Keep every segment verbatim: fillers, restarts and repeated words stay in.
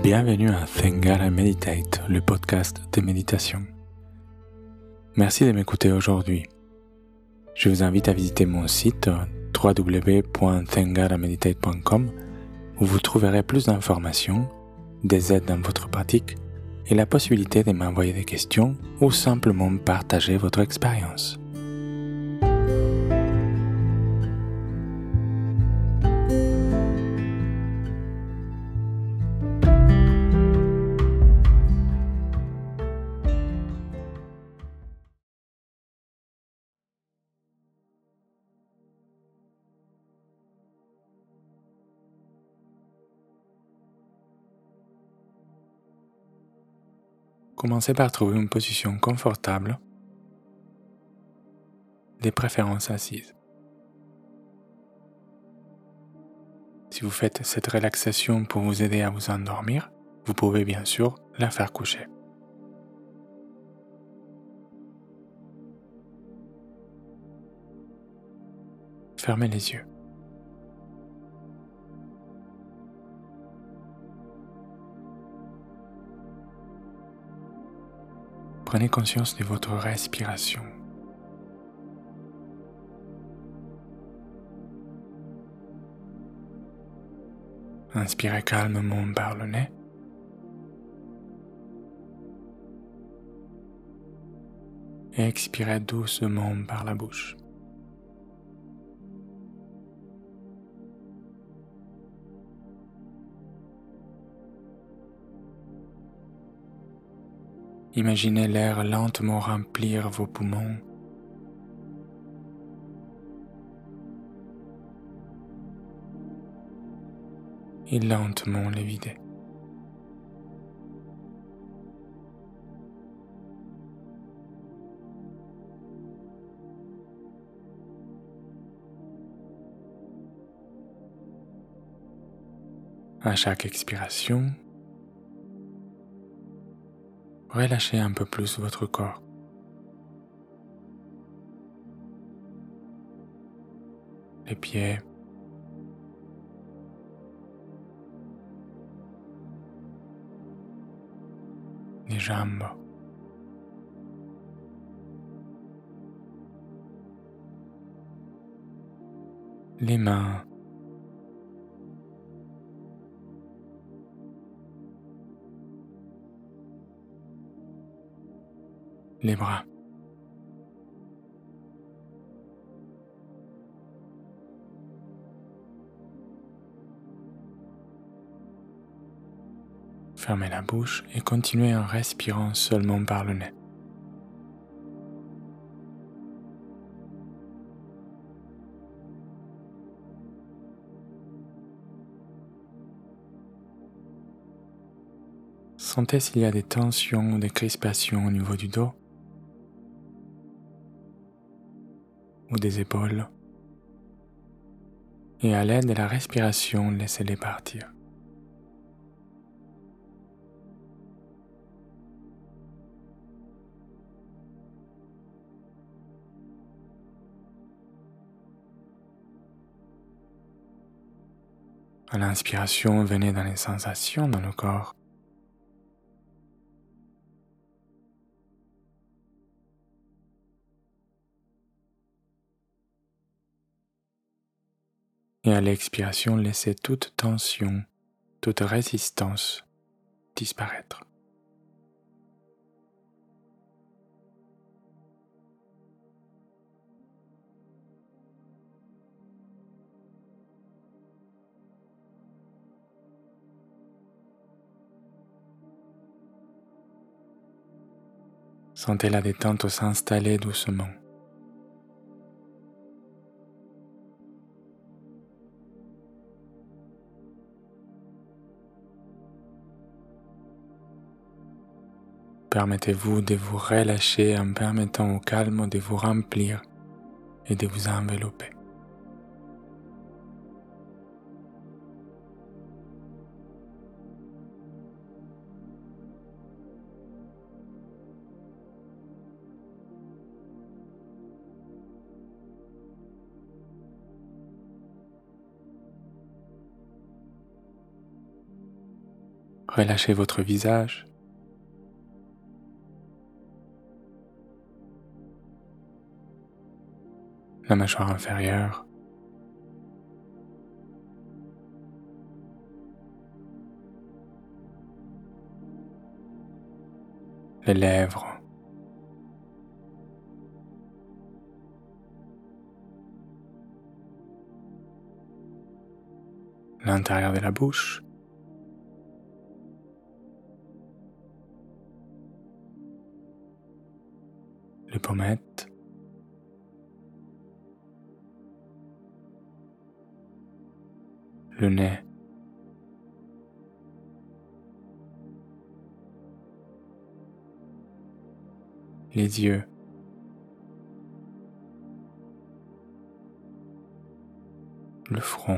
Bienvenue à Thangara Meditate, le podcast de méditation. Merci de m'écouter aujourd'hui. Je vous invite à visiter mon site w w w point thangara meditate point com où vous trouverez plus d'informations, des aides dans votre pratique et la possibilité de m'envoyer des questions ou simplement partager votre expérience. Commencez par trouver une position confortable, de préférence assise. Si vous faites cette relaxation pour vous aider à vous endormir, vous pouvez bien sûr la faire coucher. Fermez les yeux. Prenez conscience de votre respiration. Inspirez calmement par le nez. Et expirez doucement par la bouche. Imaginez l'air lentement remplir vos poumons. Et lentement les vider. À chaque expiration, relâchez un peu plus votre corps. Les pieds, les jambes, les mains, les bras. Fermez la bouche et continuez en respirant seulement par le nez. Sentez s'il y a des tensions ou des crispations au niveau du dos ou des épaules. Et à l'aide de la respiration, laissez-les partir. À l'inspiration, venez dans les sensations dans le corps. Et à l'expiration, laissez toute tension, toute résistance disparaître. Sentez la détente s'installer doucement. Permettez-vous de vous relâcher en permettant au calme de vous remplir et de vous envelopper. Relâchez votre visage. La mâchoire inférieure. Les lèvres. L'intérieur de la bouche. Les pommettes. Le nez. Les yeux. Le front.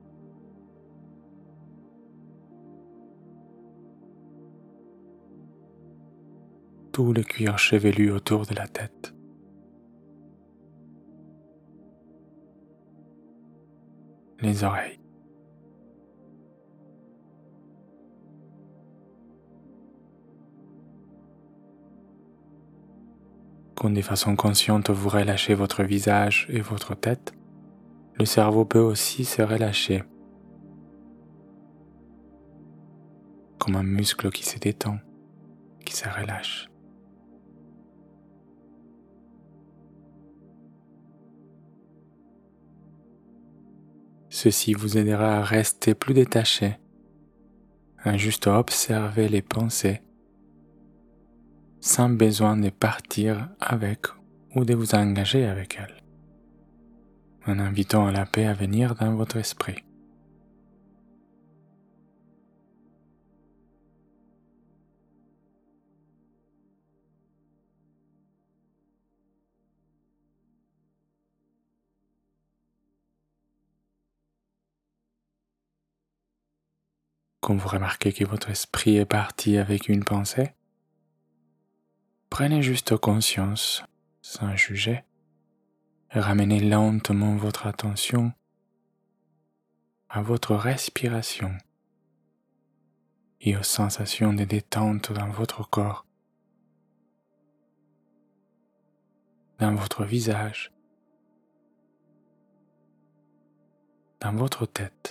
Tout le cuir chevelu autour de la tête. Les oreilles. Quand de façon consciente vous relâchez votre visage et votre tête, le cerveau peut aussi se relâcher, comme un muscle qui se détend, qui se relâche. Ceci vous aidera à rester plus détaché, à juste observer les pensées, sans besoin de partir avec ou de vous engager avec elles, en invitant la paix à venir dans votre esprit. Quand vous remarquez que votre esprit est parti avec une pensée, prenez juste conscience, sans juger, et ramenez lentement votre attention à votre respiration et aux sensations de détente dans votre corps, dans votre visage, dans votre tête.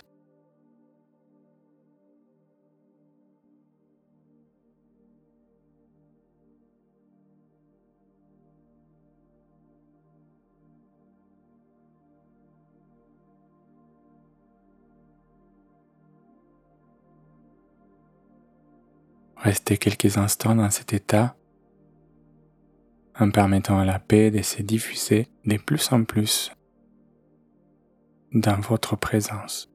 Restez quelques instants dans cet état en permettant à la paix de se diffuser de plus en plus dans votre présence.